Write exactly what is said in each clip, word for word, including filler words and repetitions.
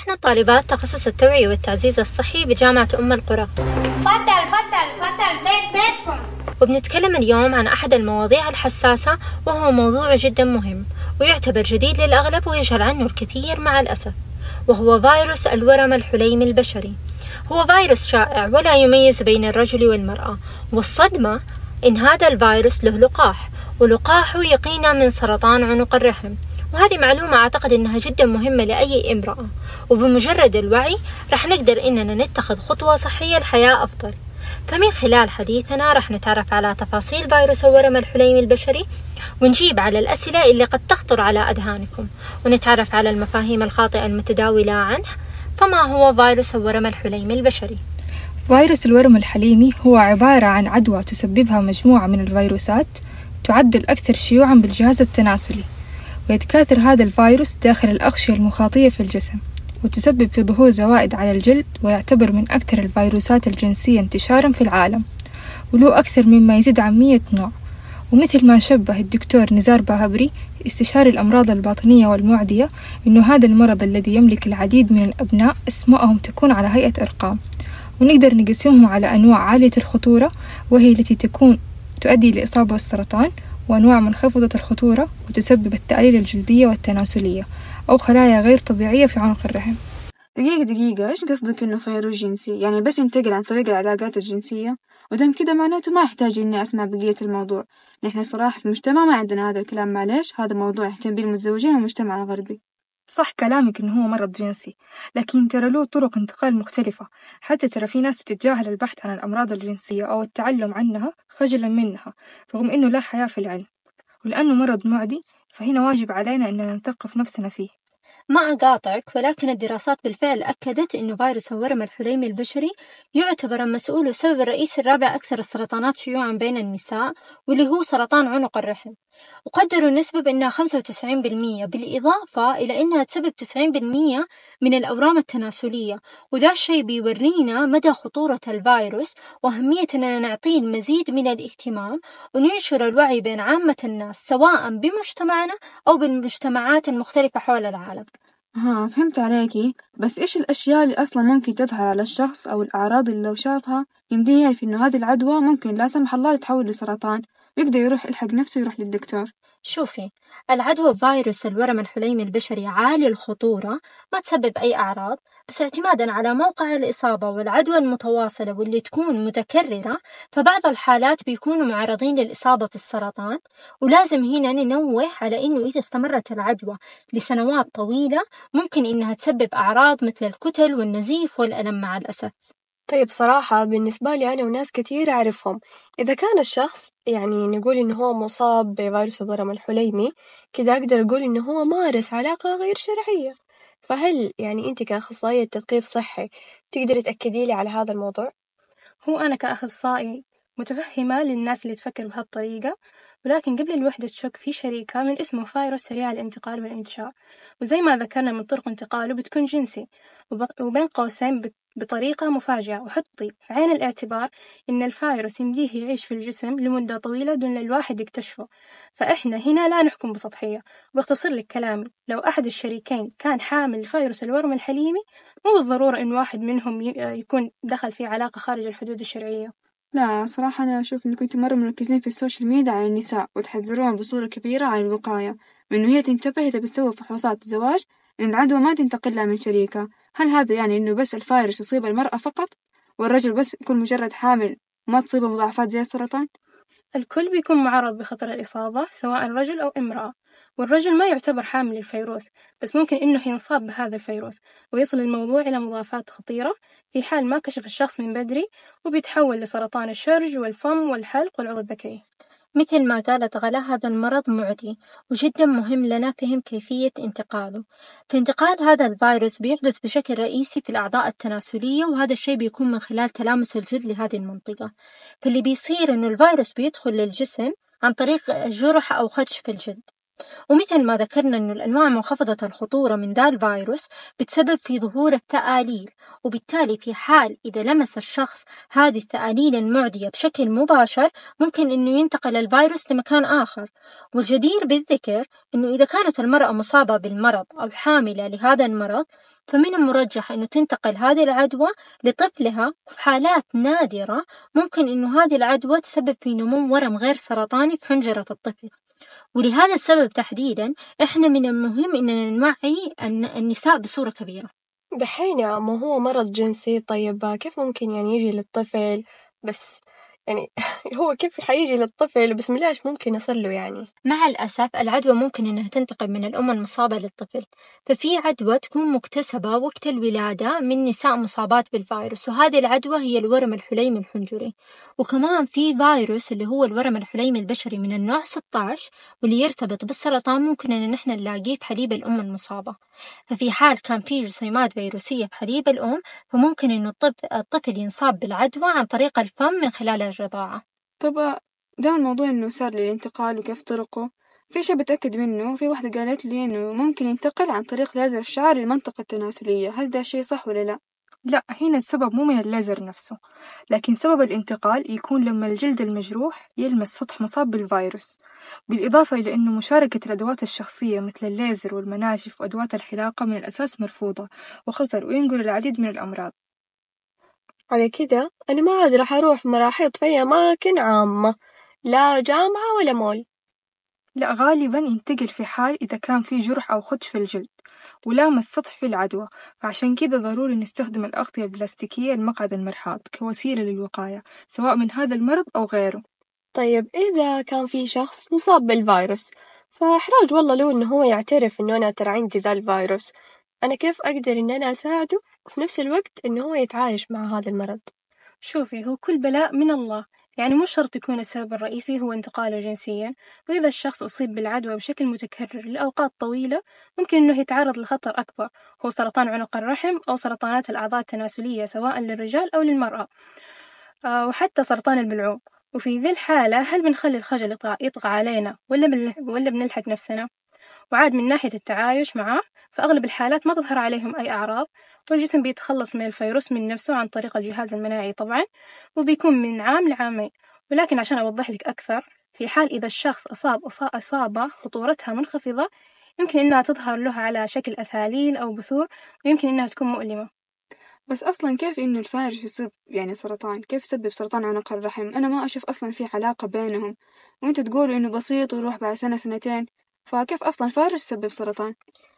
نحن طالبات تخصص التوعية والتعزيز الصحي بجامعة أم القرى. فضل فضل فضل بيت بيتكم. وبنتكلم اليوم عن أحد المواضيع الحساسة، وهو موضوع جدا مهم ويعتبر جديد للأغلب ويجهل عنه الكثير مع الأسف، وهو فيروس الورم الحليمي البشري. هو فيروس شائع ولا يميز بين الرجل والمرأة، والصدمة إن هذا الفيروس له لقاح، ولقاحه يقينا من سرطان عنق الرحم. وهذه معلومة أعتقد أنها جدا مهمة لأي امرأة، وبمجرد الوعي رح نقدر إننا نتخذ خطوة صحية لحياة أفضل. فمن خلال حديثنا رح نتعرف على تفاصيل فيروس الورم الحليمي البشري، ونجيب على الأسئلة اللي قد تخطر على أذهانكم، ونتعرف على المفاهيم الخاطئة المتداولة عنه. فما هو فيروس الورم الحليمي البشري؟ فيروس الورم الحليمي هو عبارة عن عدوى تسببها مجموعة من الفيروسات تعد الأكثر شيوعا بالجهاز التناسلي، ويتكاثر هذا الفيروس داخل الأغشية المخاطية في الجسم، وتسبب في ظهور زوائد على الجلد، ويعتبر من أكثر الفيروسات الجنسية انتشارا في العالم، وله أكثر مما يزيد عن مية نوع. ومثل ما شبه الدكتور نزار بهبري استشاري الأمراض الباطنية والمعدية إنه هذا المرض الذي يملك العديد من الأبناء أسماءهم تكون على هيئة أرقام، ونقدر نقسمهم على أنواع عالية الخطورة وهي التي تكون تؤدي لإصابة بالسرطان، وأنواع منخفضة الخطورة وتسبب التآليل الجلدية والتناسلية أو خلايا غير طبيعية في عنق الرحم. دقيقة دقيقة إيش قصدك إنه فيروس جنسي؟ يعني بس ينتقل عن طريق العلاقات الجنسية؟ ودم كده معناته ما يحتاج إني أسمع بقية الموضوع. نحن صراحة في المجتمع ما عندنا هذا الكلام، معليش، هذا موضوع يهتم به المتزوجين والمجتمع الغربي. صح كلامك إنه هو مرض جنسي، لكن ترى له طرق انتقال مختلفة. حتى ترى في ناس بتتجاهل البحث عن الأمراض الجنسية أو التعلم عنها خجلا منها، رغم إنه لا حياة في العلم. ولأنه مرض معدي فهنا واجب علينا إننا نثقف نفسنا فيه. ما أقاطعك، ولكن الدراسات بالفعل أكدت أنه فيروس الورم الحليمي البشري يعتبر المسؤول والسبب الرئيسي الرابع أكثر السرطانات شيوعا بين النساء، واللي هو سرطان عنق الرحم. وقدروا النسبة بأنها خمسة وتسعين بالمية، بالإضافة إلى أنها تسبب تسعين بالمية من الأورام التناسلية. وذا الشيء بيورينا مدى خطورة الفيروس وأهمية أننا نعطيه المزيد من الاهتمام وننشر الوعي بين عامة الناس، سواء بمجتمعنا أو بالمجتمعات المختلفة حول العالم. ها فهمت عليكي، بس إيش الأشياء اللي أصلا ممكن تظهر على الشخص أو الأعراض اللي لو شافها يمديه يعرف إنه هذه العدوى ممكن لا سمح الله تتحول لسرطان ويقدر يروح يلحق نفسه يروح للدكتور؟ شوفي، العدوى فيروس الورم الحليمي البشري عالي الخطورة ما تسبب أي أعراض، بس اعتمادا على موقع الإصابة والعدوى المتواصلة واللي تكون متكررة، فبعض الحالات بيكونوا معرضين للإصابة بالسرطان. ولازم هنا ننوه على إنه إذا استمرت العدوى لسنوات طويلة ممكن إنها تسبب أعراض مثل الكتل والنزيف والألم مع الأسف. طيب صراحة بالنسبة لي أنا وناس كتير أعرفهم، إذا كان الشخص يعني نقول إنه هو مصاب بفيروس الورم الحليمي كده أقدر أقول إنه هو مارس علاقة غير شرعية. فهل يعني أنت كأخصائية تثقيف صحي تقدري تأكدي لي على هذا الموضوع؟ هو أنا كأخصائي متفهمة للناس اللي تفكر بهالطريقة، ولكن قبل الوحدة تشك في شريكة من اسمه فيروس سريع الانتقال والانتشار، وزي ما ذكرنا من طرق انتقاله بتكون جنسي وبين قوسين بطريقة مفاجئة. وحطي في عين الاعتبار إن الفيروس يمديه يعيش في الجسم لمدة طويلة دون الواحد يكتشفه، فإحنا هنا لا نحكم بسطحية. باختصر لك كلامي، لو أحد الشريكين كان حامل فيروس الورم الحليمي مو بالضرورة إن واحد منهم يكون دخل في علاقة خارج الحدود الشرعية. لا صراحة أنا أشوف إن كنتم مرة مركزين في السوشيال ميديا على النساء وتحذرون بصورة كبيرة عن الوقاية، وإنه هي تنتبه إذا بتسوي فحوصات زواج إن العدوى ما تنتقل لها من شريكها. هل هذا يعني إنه بس الفيروس يصيب المرأة فقط والرجل بس يكون مجرد حامل وما تصيبه مضاعفات زي السرطان؟ الكل بيكون معرض بخطر الإصابة سواء رجل أو امرأة، والرجل ما يعتبر حامل للفيروس، بس ممكن إنه ينصاب بهذا الفيروس ويصل الموضوع إلى مضاعفات خطيرة في حال ما كشف الشخص من بدري، وبيتحول لسرطان الشرج والفم والحلق والعضو الذكري. مثل ما قالت غلا، هذا المرض معدي وجدا مهم لنا فهم كيفية انتقاله. فانتقال هذا الفيروس بيحدث بشكل رئيسي في الأعضاء التناسلية، وهذا الشيء بيكون من خلال تلامس الجلد لهذه المنطقة. فاللي بيصير إنه الفيروس بيدخل للجسم عن طريق جرح أو خدش في الجلد. ومثل ما ذكرنا أنه الأنواع منخفضة الخطورة من ذا الفيروس بتسبب في ظهور التآليل، وبالتالي في حال إذا لمس الشخص هذه التآليل المعدية بشكل مباشر ممكن أنه ينتقل الفيروس لمكان آخر. والجدير بالذكر أنه إذا كانت المرأة مصابة بالمرض أو حاملة لهذا المرض فمن المرجح أنه تنتقل هذه العدوى لطفلها، وفي حالات نادرة ممكن أنه هذه العدوى تسبب في نمو ورم غير سرطاني في حنجرة الطفل. ولهذا السبب تحديدا إحنا من المهم أننا نوعي النساء بصورة كبيرة. دحين يا ما هو مرض جنسي، طيب كيف ممكن يعني يجي للطفل بس يعني هو كيف حيجي للطفل بسم الله إيش ممكن يصير له يعني؟ مع الأسف العدوى ممكن أنها تنتقل من الأم المصابة للطفل، ففي عدوى تكون مكتسبة وقت الولادة من نساء مصابات بالفيروس، وهذه العدوى هي الورم الحليمي الحنجري. وكمان في فيروس اللي هو الورم الحليمي البشري من النوع ستة عشر واللي يرتبط بالسرطان، ممكن أن نحن نلاقيه في حليب الأم المصابة. ففي حال كان في جسيمات فيروسية في حليب الأم، فممكن أنه الطفل ينصاب بالعدوى عن طريق الفم من خلال الرضاعة. طب ده الموضوع إنه صار للانتقال وكيف طرقه، في شي بتأكد منه. في واحدة قالت لي إنه ممكن ينتقل عن طريق ليزر الشعر للمنطقة التناسلية، هل ده شي صح ولا لا؟ لا، هنا السبب مو من الليزر نفسه، لكن سبب الانتقال يكون لما الجلد المجروح يلمس سطح مصاب بالفيروس، بالإضافة إلى أنه مشاركة الأدوات الشخصية مثل الليزر والمناشف وأدوات الحلاقة من الأساس مرفوضة وخطر وينقل العديد من الأمراض. على كده أنا ما عاد راح أروح مراحيض في أماكن عامة، لا جامعة ولا مول. لا، غالبا ينتقل في حال إذا كان في جرح أو خدش في الجلد ولامس سطح في العدوى، فعشان كده ضروري نستخدم الأغطية البلاستيكية لمقعد المرحاض كوسيلة للوقاية سواء من هذا المرض أو غيره. طيب إذا كان في شخص مصاب بالفيروس، فإحراج والله له إنه هو يعترف إنه أنا ترى عندي ذا الفيروس، أنا كيف أقدر إن أنا أساعده وفي نفس الوقت إنه هو يتعايش مع هذا المرض؟ شوفي، هو كل بلاء من الله، يعني مش شرط يكون السبب الرئيسي هو انتقاله جنسيا. وإذا الشخص أصيب بالعدوى بشكل متكرر لأوقات طويلة، ممكن إنه يتعرض لخطر أكبر، هو سرطان عنق الرحم أو سرطانات الأعضاء التناسلية سواء للرجال أو للمرأة، آه وحتى سرطان البلعوم. وفي ذي الحالة هل بنخلي الخجل يطغى, يطغى علينا ولا, بن... ولا بنلحق نفسنا؟ وعاد من ناحية التعايش معه، فأغلب الحالات ما تظهر عليهم أي أعراض، والجسم بيتخلص من الفيروس من نفسه عن طريق الجهاز المناعي طبعا، وبيكون من عام لعامين. ولكن عشان أوضح لك أكثر، في حال إذا الشخص أصاب إصابة خطورتها منخفضة، يمكن إنها تظهر له على شكل أثاليل أو بثور، ويمكن إنها تكون مؤلمة. بس أصلا كيف إنه الفيروس يصيب يعني سرطان؟ كيف يسبب سرطان عنق الرحم؟ أنا ما أشوف أصلا في علاقة بينهم، وأنتوا تقولوا إنه بسيط ويروح بعد سنة سنتين، فكيف أصلا فيروس يسبب سرطان؟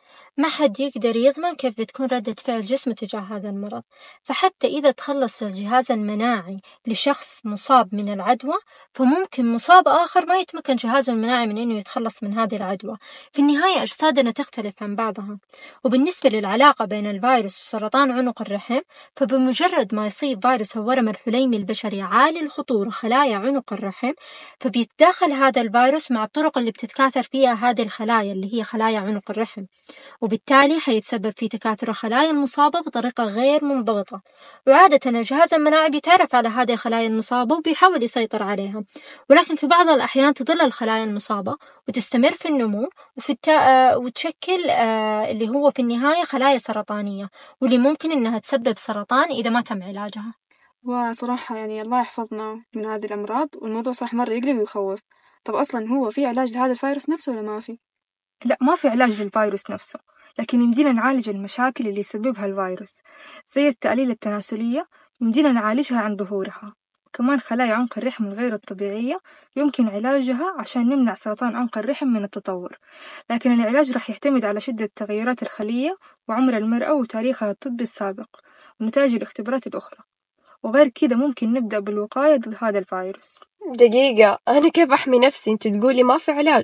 ما حد يقدر يضمن كيف بتكون ردة فعل جسمه تجاه هذا المرض، فحتى إذا تخلص الجهاز المناعي لشخص مصاب من العدوى، فممكن مصاب آخر ما يتمكن جهازه المناعي من إنه يتخلص من هذه العدوى. في النهاية أجسادنا تختلف عن بعضها. وبالنسبة للعلاقة بين الفيروس وسرطان عنق الرحم، فبمجرد ما يصيب فيروس الورم الحليمي البشري عالي الخطورة خلايا عنق الرحم، فبيتداخل هذا الفيروس مع الطرق اللي بتتكاثر فيها هذه الخلايا اللي هي خلايا عنق الرحم، وبالتالي حيتسبب في تكاثر الخلايا المصابة بطريقة غير منضبطة. وعادة الجهاز المناعي بيتعرف على هذه الخلايا المصابة وبيحاول يسيطر عليها، ولكن في بعض الأحيان تظل الخلايا المصابة وتستمر في النمو وفي التا... وتشكل آه اللي هو في النهاية خلايا سرطانية، واللي ممكن إنها تسبب سرطان إذا ما تم علاجها. وصراحة يعني الله يحفظنا من هذه الأمراض، والموضوع صراحة مرة يقلق ويخوف. طب أصلا هو في علاج لهذا الفيروس نفسه ولا ما في؟ لا، ما في علاج للفيروس نفسه، لكن يمدينا نعالج المشاكل اللي يسببها الفيروس زي التأليل التناسلية، يمدينا نعالجها عن ظهورها. كمان خلايا عنق الرحم الغير الطبيعية يمكن علاجها عشان نمنع سرطان عنق الرحم من التطور، لكن العلاج راح يعتمد على شدة تغيرات الخلية وعمر المرأة وتاريخها الطبي السابق ونتائج الاختبارات الأخرى. وغير كده ممكن نبدأ بالوقاية ضد هذا الفيروس. دقيقة، أنا كيف أحمي نفسي؟ أنت تقولي ما في علاج.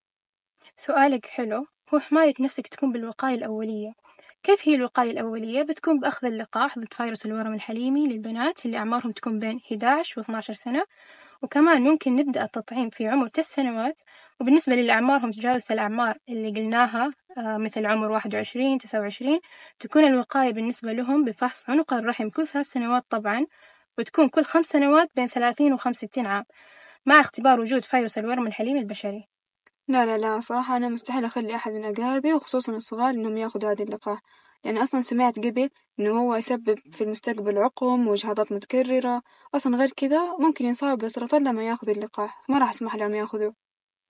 سؤالك حلو. هو حماية نفسك تكون بالوقاية الأولية. كيف هي الوقاية الأولية؟ بتكون بأخذ اللقاح ضد فيروس الورم الحليمي للبنات اللي أعمارهم تكون بين إحدى عشر و اثني عشر سنة، وكمان ممكن نبدأ التطعيم في عمر تسع سنوات. وبالنسبة للي أعمارهم تجاوزت الأعمار اللي قلناها آه مثل عمر واحد وعشرين تسعة وعشرين، تكون الوقاية بالنسبة لهم بفحص عنق الرحم كل ثلاث سنوات طبعا، وتكون كل خمس سنوات بين ثلاثين وخمسة وستين عام، مع اختبار وجود فيروس الورم الحليمي البشري. لا لا لا صراحة أنا مستحيل أخلي أحد من أقاربي وخصوصا الصغار إنهم ياخدوا هذه اللقاح، يعني أصلا سمعت قبل إنه هو يسبب في المستقبل عقم وإجهاضات متكررة. أصلا غير كذا ممكن ينصابوا بسرطان لما ياخدوا اللقاح، ما راح أسمح لهم ياخدوا.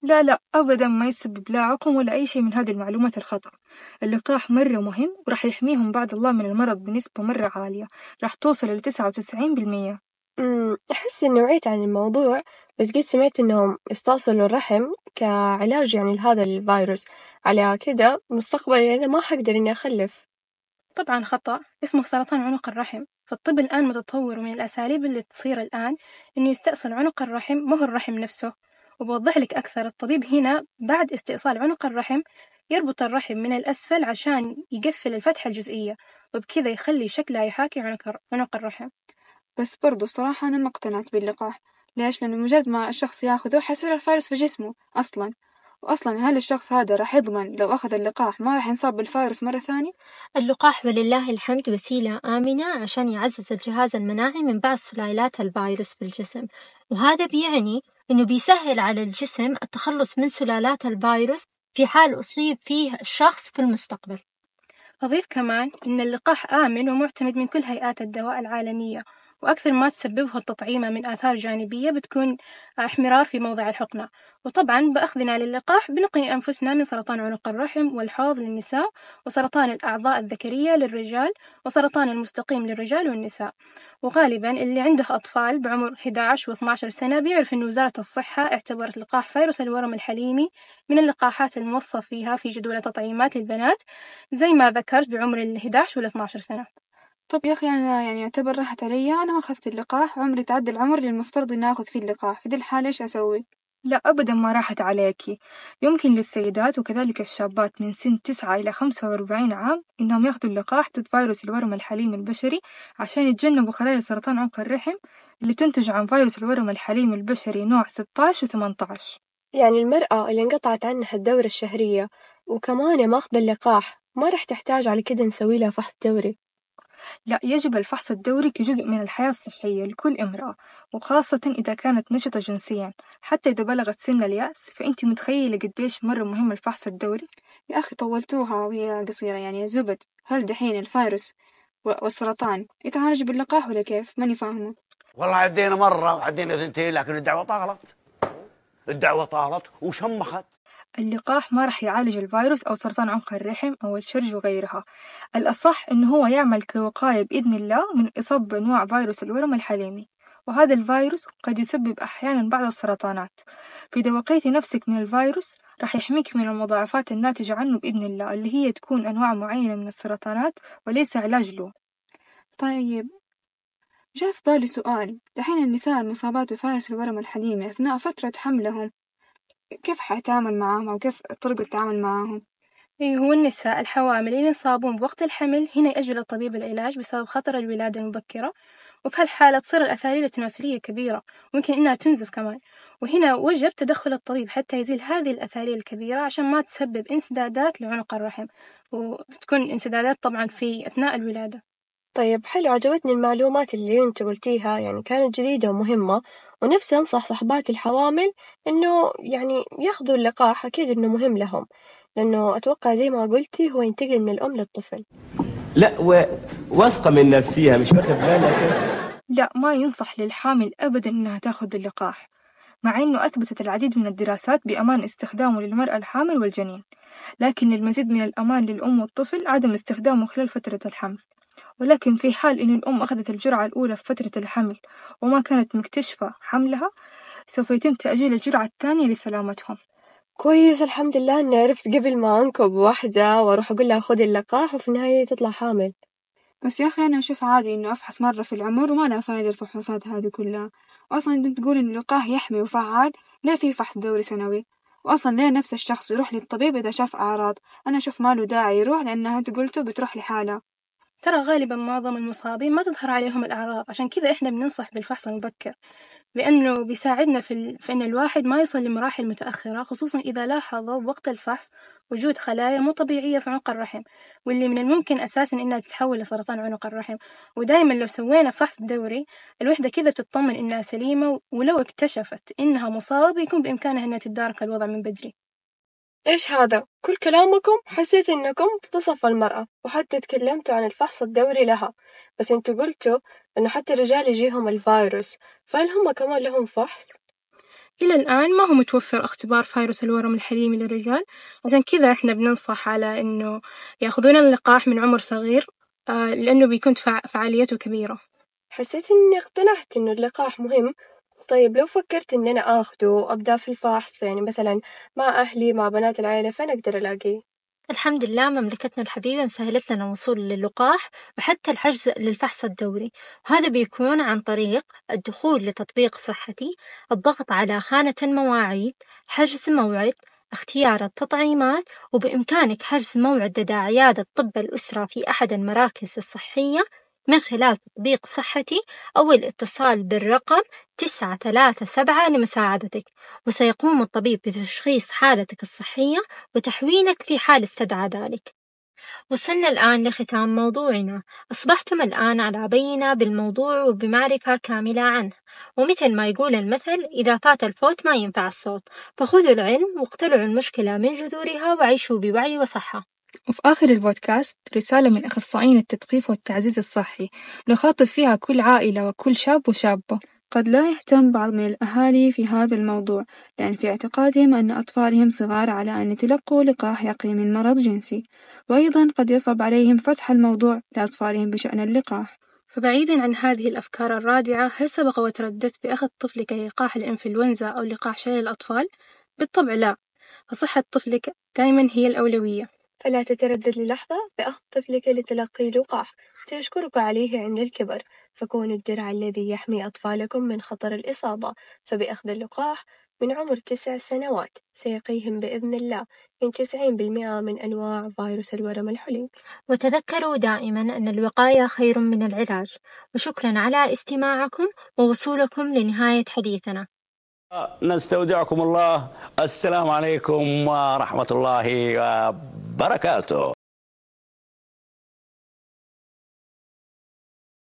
لا لا أبدا، ما يسبب لا عقم ولا أي شيء من هذه المعلومات الخطأ. اللقاح مرة مهم وراح يحميهم بعد الله من المرض بنسبة مرة عالية، راح توصل لتسعة وتسعين بالمية. أمم، أحس إني وعيت عن الموضوع، بس قد سمعت إنهم يستأصلوا الرحم كعلاج يعني لهذا الفيروس، على كده مستقبلي أنا ما حقدر إني أخلف. طبعا خطأ، اسمه سرطان عنق الرحم. فالطب الآن متطور، ومن الأساليب اللي تصير الآن إنه يستأصل عنق الرحم، ما هو الرحم نفسه. وبوضح لك أكثر، الطبيب هنا بعد استئصال عنق الرحم يربط الرحم من الأسفل عشان يقفل الفتحة الجزئية، وبكذا يخلي شكلها يحاكي عنق عنق الرحم. بس برضو الصراحة أنا ما اقتنعت باللقاح. ليش؟ لأنه مجرد ما الشخص ياخذه حيصير الفيروس في جسمه أصلا. وأصلا هل الشخص هذا راح يضمن لو أخذ اللقاح ما راح ينصاب بالفيروس مرة ثانية؟ اللقاح ولله الحمد وسيلة آمنة عشان يعزز الجهاز المناعي من بعض سلالات الفيروس في الجسم، وهذا بيعني إنه بيسهل على الجسم التخلص من سلالات الفيروس في حال أصيب فيه الشخص في المستقبل. أضيف كمان إن اللقاح آمن ومعتمد من كل هيئات الدواء العالمية، وأكثر ما تسببه التطعيمة من آثار جانبية بتكون احمرار في موضع الحقنة. وطبعا بأخذنا للقاح بنقي أنفسنا من سرطان عنق الرحم والحوض للنساء، وسرطان الأعضاء الذكرية للرجال، وسرطان المستقيم للرجال والنساء. وغالبا اللي عنده أطفال بعمر إحدى عشر و اثني عشر سنة بيعرف أن وزارة الصحة اعتبرت لقاح فيروس الورم الحليمي من اللقاحات الموصى فيها في جدول تطعيمات للبنات، زي ما ذكرت بعمر ال إحدى عشر وال اثني عشر سنة. طب يا أخي أنا يعني يعتبر راحت علي، أنا ما أخذت اللقاح، عمري تعدى العمر اللي المفترض إني آخذ فيه اللقاح، في دي الحالة إيش أسوي؟ لا أبدا، ما راحت عليكي. يمكن للسيدات وكذلك الشابات من سن تسعة إلى خمسة وأربعين عام إنهم ياخذوا اللقاح ضد فيروس الورم الحليمي البشري عشان يتجنبوا خلايا سرطان عنق الرحم اللي تنتج عن فيروس الورم الحليمي البشري نوع ستة عشر و ثمانية عشر. يعني المرأة اللي انقطعت عنها الدورة الشهرية وكمان ماخذة اللقاح ما رح تحتاج على كده نسوي لها فحص دوري؟ لا، يجب الفحص الدوري كجزء من الحياة الصحية لكل امرأة، وخاصة إذا كانت نشطة جنسيا. حتى إذا بلغت سن اليأس، فأنت متخيلة قديش مرة مهم الفحص الدوري؟ يا أخي طولتوها وهي قصيرة يعني يا زبد. هل دحين الفيروس والسرطان يتعالج باللقاح ولا كيف؟ ماني فاهمة. والله عدينا مرة وعدينا ثنتين، لكن الدعوة طالت الدعوة طالت وشمخت. اللقاح ما راح يعالج الفيروس أو سرطان عنق الرحم أو الشرج وغيرها. الأصح إنه هو يعمل كوقاية بإذن الله من الإصابة بأنواع فيروس الورم الحليمي، وهذا الفيروس قد يسبب أحيانا بعض السرطانات. فإذا وقيتي نفسك من الفيروس راح يحميك من المضاعفات الناتجة عنه بإذن الله، اللي هي تكون أنواع معينة من السرطانات وليس علاج له. طيب جاء في بالي سؤال، دحين النساء المصابات بفيروس الورم الحليمي أثناء فترة حملهم كيف حيتعامل معاهم أو كيف طرق التعامل معاهم؟ إيه، هو النساء الحوامل اللي ينصابون بوقت الحمل هنا يأجل الطبيب العلاج بسبب خطر الولادة المبكرة، وفي هالحالة تصير الأثاريل التناسلية كبيرة، وممكن إنها تنزف كمان. وهنا وجب تدخل الطبيب حتى يزيل هذه الأثاريل الكبيرة عشان ما تسبب انسدادات لعنق الرحم، وتكون انسدادات طبعا في أثناء الولادة. طيب حلو، عجبتني المعلومات اللي انت قلتيها، يعني كانت جديدة ومهمة. ونفسي أنصح صحباتي الحوامل إنه يعني ياخذوا اللقاح، أكيد إنه مهم لهم، لأنه أتوقع زي ما قلتي هو ينتقل من الأم للطفل. لا، وواثقة من نفسها، مش واخد بالك؟ لا، ما ينصح للحامل أبدا إنها تاخذ اللقاح، مع إنه أثبتت العديد من الدراسات بأمان استخدامه للمرأة الحامل والجنين، لكن للمزيد من الأمان للأم والطفل عدم استخدامه خلال فترة الحمل. ولكن في حال إن الأم أخذت الجرعة الأولى في فترة الحمل وما كانت مكتشفة حملها، سوف يتم تأجيل الجرعة الثانية لسلامتهم. كويس، الحمد لله إني عرفت قبل ما أنكب واحدة وأروح أقول لها خذي اللقاح وفي النهاية تطلع حامل. بس يا أخي أنا أشوف عادي إنه أفحص مرة في العمر وما لها فايدة الفحوصات هذه كلها. وأصلا أنت تقول إن اللقاح يحمي وفعال، ليه في فحص دوري سنوي؟ وأصلا ليه نفس الشخص يروح للطبيب إذا شاف أعراض؟ أنا أشوف ما له داعي يروح، لأنها أنت قلته بتروح لحالها. ترى غالبا معظم المصابين ما تظهر عليهم الأعراض، عشان كذا إحنا بننصح بالفحص المبكر، لأنه بيساعدنا في, ال... في أن الواحد ما يوصل لمراحل متأخرة، خصوصا إذا لاحظوا بوقت الفحص وجود خلايا مو طبيعية في عنق الرحم، واللي من الممكن أساسا إنها تتحول لسرطان عنق الرحم. ودائما لو سوينا فحص دوري الوحدة كذا بتطمن إنها سليمة، ولو اكتشفت إنها مصابة بيكون بإمكانها إنها تتدارك الوضع من بدري. إيش هذا؟ كل كلامكم حسيت إنكم تصفوا المرأة، وحتى تكلمتوا عن الفحص الدوري لها، بس انتوا قلتوا إنه حتى الرجال يجيهم الفيروس، فهل هم كمان لهم فحص؟ إلى الآن ما هو متوفر اختبار فيروس الورم الحليمي للرجال، عشان كذا إحنا بننصح على إنه ياخذون اللقاح من عمر صغير، آه لأنه بيكون فعاليته كبيرة. حسيت إني اقتنعت إنه اللقاح مهم. طيب لو فكرت إن أنا آخده وأبدأ في الفحص يعني مثلا مع أهلي مع بنات العائلة، فين أقدر ألاقيه؟ الحمد لله مملكتنا الحبيبة مسهلت لنا وصول للقاح وحتى الحجز للفحص الدوري، وهذا بيكون عن طريق الدخول لتطبيق صحتي، الضغط على خانة المواعيد، حجز موعد، اختيار التطعيمات، وبإمكانك حجز موعد لدى عيادة طب الأسرة في أحد المراكز الصحية من خلال تطبيق صحتي أو الاتصال بالرقم تسعة ثلاثة سبعة لمساعدتك، وسيقوم الطبيب بتشخيص حالتك الصحية وتحويلك في حال استدعى ذلك. وصلنا الآن لختام موضوعنا، أصبحتم الآن على بينة بالموضوع وبمعرفة كاملة عنه، ومثل ما يقول المثل إذا فات الفوت ما ينفع الصوت، فخذوا العلم واقتلعوا المشكلة من جذورها وعيشوا بوعي وصحة. وفي آخر البودكاست رسالة من أخصائيين التثقيف والتعزيز الصحي نخاطب فيها كل عائلة وكل شاب وشابة. قد لا يهتم بعض من الأهالي في هذا الموضوع، لأن في اعتقادهم أن أطفالهم صغار على أن يتلقوا لقاح يقي من مرض جنسي، وأيضا قد يصعب عليهم فتح الموضوع لأطفالهم بشأن اللقاح. فبعيداً عن هذه الأفكار الرادعة، هل سبق وترددت بأخذ طفلك لقاح الإنفلونزا أو لقاح شلل الأطفال؟ بالطبع لا، فصحة طفلك دائما هي الأولوية. فلا تتردد للحظة بأخذ طفلك لتلقي لقاح سيشكرك عليه عند الكبر، فكونوا الدرع الذي يحمي أطفالكم من خطر الإصابة. فبأخذ اللقاح من عمر تسع سنوات سيقيهم بإذن الله من تسعين بالمئة من أنواع فيروس الورم الحليمي. وتذكروا دائما أن الوقاية خير من العلاج. وشكرا على استماعكم ووصولكم لنهاية حديثنا. نستودعكم الله. السلام عليكم ورحمة الله وبركاته.